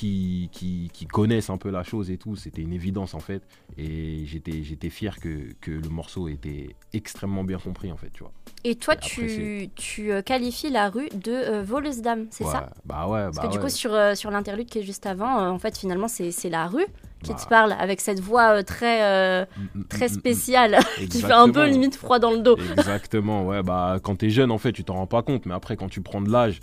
connaissent un peu la chose et tout, c'était une évidence, en fait. Et j'étais fier que le morceau était extrêmement bien compris, en fait, tu vois. Et toi, tu qualifies la rue de voleuse d'âme, c'est ça? Bah ouais. Parce que du coup, sur l'interlude qui est juste avant, en fait, finalement, c'est la rue qui te parle avec cette voix très spéciale qui fait un peu limite froid dans le dos. Exactement, ouais. Quand t'es jeune, en fait, tu t'en rends pas compte. Mais après, quand tu prends de l'âge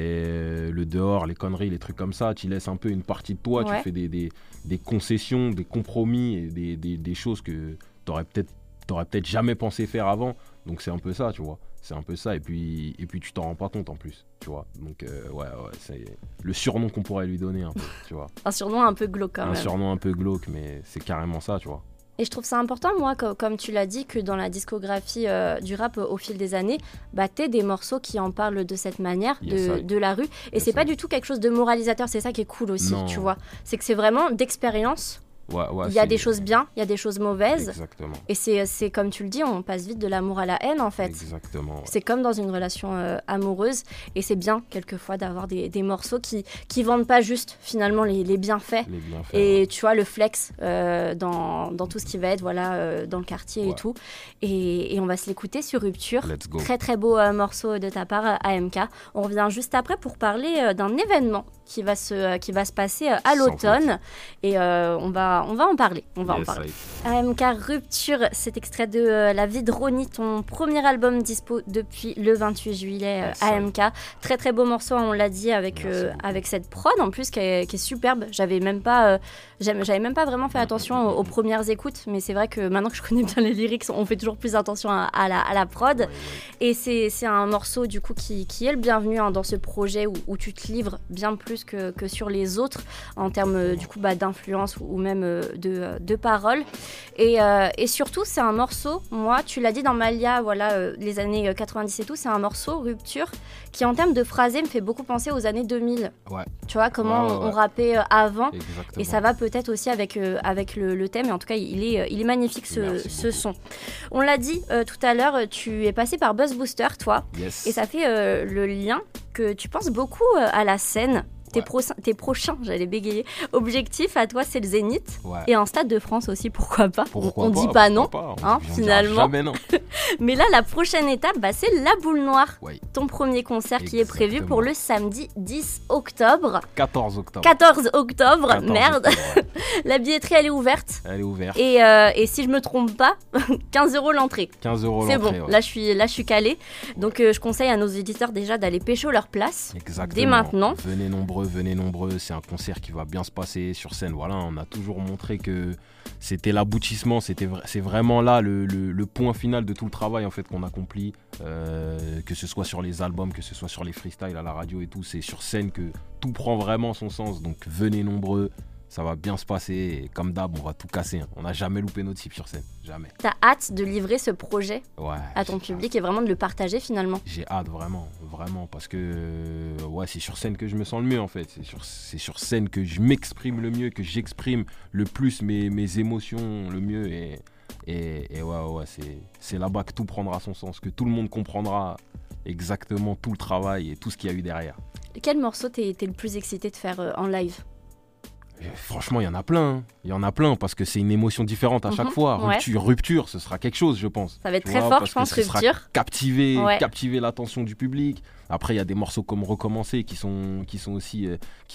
et le dehors, les conneries, les trucs comme ça, tu laisses un peu une partie de toi. Tu fais des concessions, des compromis et des choses que t'aurais peut-être jamais pensé faire avant. Donc c'est un peu ça, tu vois. C'est un peu ça. Et puis tu t'en rends pas compte en plus, tu vois. Donc c'est le surnom qu'on pourrait lui donner un peu, tu vois. Un surnom un peu glauque quand même. Un surnom un peu glauque, mais c'est carrément ça, tu vois. Et je trouve ça important, moi, comme tu l'as dit, que dans la discographie du rap au fil des années, t'aies des morceaux qui en parlent de cette manière, de la rue. Et c'est pas du tout quelque chose de moralisateur, c'est ça qui est cool aussi, tu vois. C'est que c'est vraiment d'expérience. Il y a des choses bien, il y a des choses mauvaises. Exactement. Et c'est comme tu le dis, on passe vite de l'amour à la haine en fait. Exactement. Ouais. C'est comme dans une relation amoureuse. Et c'est bien quelquefois d'avoir des morceaux qui vendent pas juste finalement les bienfaits. Et tu vois, le flex dans tout ce qui va être dans le quartier et tout. Et on va se l'écouter sur Rupture. Let's go. Très très beau morceau de ta part, AMK. On revient juste après pour parler d'un événement qui va se passer à l'automne. Et on va en parler. AMK Rupture, cet extrait de La vie de Ronnie, ton premier album dispo depuis le 28 juillet. AMK, très très beau morceau, on l'a dit, avec cette prod en plus qui est superbe. J'avais même pas vraiment fait attention aux premières écoutes, mais c'est vrai que maintenant que je connais bien les lyrics, on fait toujours plus attention à la prod. Et c'est un morceau du coup qui est le bienvenu dans ce projet où tu te livres bien plus que sur les autres en termes du coup d'influence ou même de paroles. Et surtout, c'est un morceau, moi, tu l'as dit dans Malia, les années 90 et tout, c'est un morceau, Rupture, qui en termes de phrasé me fait beaucoup penser aux années 2000. Ouais. Tu vois, comment on rappait avant. Exactement. Et ça va peut-être aussi avec le thème, et en tout cas, il est magnifique ce son. On l'a dit tout à l'heure, tu es passé par Buzz Booster, toi, et ça fait le lien que tu penses beaucoup à la scène Tes prochains, j'allais bégayer, objectifs à toi, c'est le Zénith. Ouais. Et un Stade de France aussi, pourquoi pas. Pourquoi on pas, dit pas non, on finalement. Jamais non. Mais là, la prochaine étape, c'est la Boule Noire. Ouais. Ton premier concert qui est prévu pour le samedi 10 octobre. 14 octobre. 14 octobre, 14 merde. octobre, ouais. La billetterie, elle est ouverte. Elle est ouverte. Et si je me trompe pas, 15 € l'entrée. 15 € C'est l'entrée. bon, Ouais. là je suis calée. Donc je conseille à nos éditeurs déjà d'aller pécho leur place. Exactement. Dès maintenant. Venez nombreux. C'est un concert qui va bien se passer sur scène. Voilà, on a toujours montré que c'était l'aboutissement. C'est vraiment là le point final de tout le travail en fait qu'on accomplit. Que ce soit sur les albums, que ce soit sur les freestyles à la radio et tout. C'est sur scène que tout prend vraiment son sens. Donc venez nombreux. Ça va bien se passer et comme d'hab, on va tout casser. On n'a jamais loupé notre cible sur scène, jamais. T'as hâte de livrer ce projet à ton j'ai public et vraiment de le partager finalement. J'ai hâte vraiment, parce que c'est sur scène que je me sens le mieux en fait. C'est sur scène que je m'exprime le mieux, que j'exprime le plus mes émotions le mieux et c'est là-bas que tout prendra son sens, que tout le monde comprendra exactement tout le travail et tout ce qu'il y a eu derrière. Quel morceau t'es le plus excité de faire en live ? Franchement, il y en a plein. Il y en a plein parce que c'est une émotion différente à chaque fois. Rupture, ce sera quelque chose, je pense. Ça va être très fort, je pense, rupture. Captiver l'attention du public. Après, il y a des morceaux comme Recommencer qui sont aussi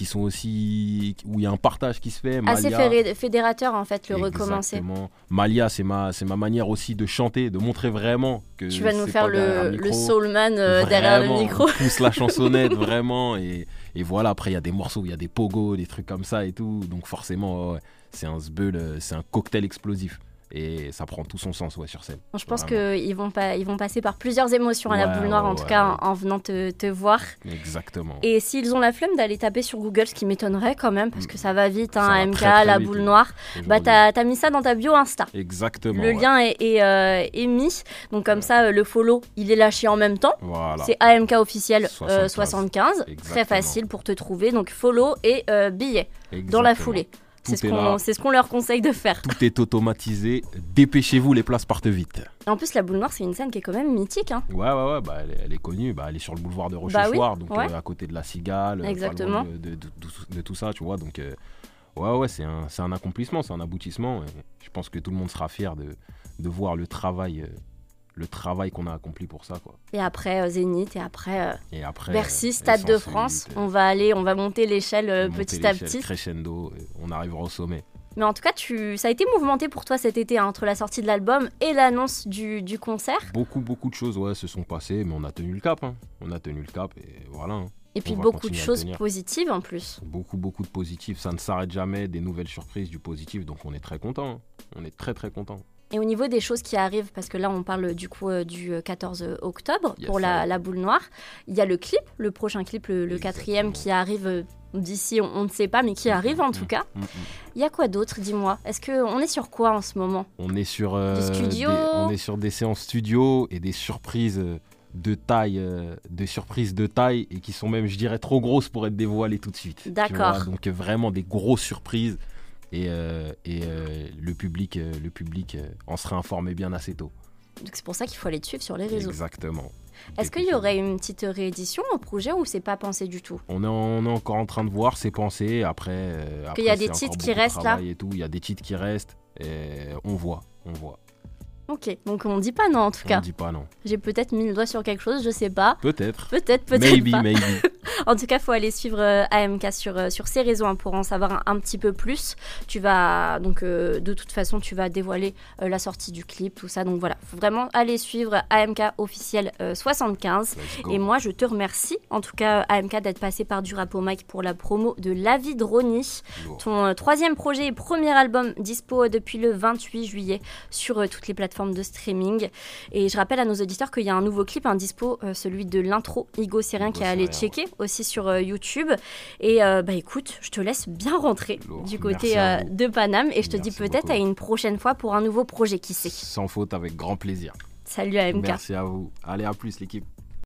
où il y a un partage qui se fait. Assez fédérateur en fait, le Recommencer. Exactement. Malia, c'est ma manière aussi de chanter, de montrer vraiment que tu vas nous c'est faire pas derrière le soulman derrière le micro. Pousse la chansonnette vraiment et voilà. Après, il y a des morceaux où il y a des pogos, des trucs comme ça et tout. Donc forcément, c'est un zbeul, c'est un cocktail explosif. Et ça prend tout son sens sur scène. Je pense qu'ils vont passer par plusieurs émotions à la Boule Noire, en tout cas en venant te voir. Exactement. Et s'ils ont la flemme d'aller taper sur Google, ce qui m'étonnerait quand même, parce que ça va vite, AMK, très la vite, Boule Noire, t'as mis ça dans ta bio Insta. Exactement. Le lien est mis, donc comme ça, le follow, il est lâché en même temps. Voilà. C'est AMK officiel 75, très facile pour te trouver, donc follow et billet dans la foulée. C'est ce qu'on leur conseille de faire. Tout est automatisé. Dépêchez-vous, les places partent vite. Et en plus, la Boule Noire, c'est une scène qui est quand même mythique. Hein. Ouais. Elle est connue. Elle est sur le boulevard de Rochechouart, donc à côté de la Cigale. Exactement. De tout ça, tu vois. Donc, c'est un accomplissement, c'est un aboutissement. Et je pense que tout le monde sera fier de voir le travail qu'on a accompli pour ça, quoi. Et après Zénith, et après Bercy, Stade de France, on va monter l'échelle petit à petit. Crescendo, on arrivera au sommet. Mais en tout cas, ça a été mouvementé pour toi cet été, entre la sortie de l'album et l'annonce du concert. Beaucoup de choses se sont passées, mais on a tenu le cap. On a tenu le cap et voilà. Et puis beaucoup de choses positives en plus. Beaucoup de positifs, ça ne s'arrête jamais, des nouvelles surprises, du positif, donc on est très content. On est très content. Et au niveau des choses qui arrivent, parce que là on parle du coup du 14 octobre pour la Boule Noire, il y a le clip, le prochain clip, le 4e qui arrive d'ici, on ne sait pas, mais qui arrive en tout cas. Il y a quoi d'autre, dis-moi ? On est sur quoi en ce moment ? On est sur on est sur des séances studio et des surprises de taille et qui sont même, je dirais, trop grosses pour être dévoilées tout de suite. D'accord. Donc vraiment des grosses surprises. Et le public en sera informé bien assez tôt. Donc c'est pour ça qu'il faut aller te suivre sur les réseaux. Exactement. Est-ce qu'il y aurait une petite réédition au projet ou c'est pas pensé du tout ? On est encore en train de voir, c'est pensé. Après qu'il y a des titres qui restent là. Il y a des titres qui restent. Et on voit. Ok, donc on dit pas non en tout cas. On dit pas non. J'ai peut-être mis le doigt sur quelque chose, je sais pas. Peut-être maybe, pas. Maybe. En tout cas, faut aller suivre AMK sur ses réseaux pour en savoir un petit peu plus. Tu vas donc de toute façon, tu vas dévoiler la sortie du clip, tout ça. Donc voilà, faut vraiment aller suivre AMK officiel 75. Et moi, je te remercie en tout cas AMK d'être passé par du rap au mic pour la promo de La Vie de Ronnie, ton 3e projet et premier album dispo depuis le 28 juillet sur toutes les plateformes de streaming. Et je rappelle à nos auditeurs qu'il y a un nouveau clip, un dispo, celui de l'intro Igo Syrien qui est allé checker aussi sur YouTube. Et écoute, je te laisse bien rentrer du côté de Paname et je te dis peut-être à une prochaine fois pour un nouveau projet, qui sait. Sans faute, avec grand plaisir. Salut AMK. Merci à vous. Allez, à plus l'équipe.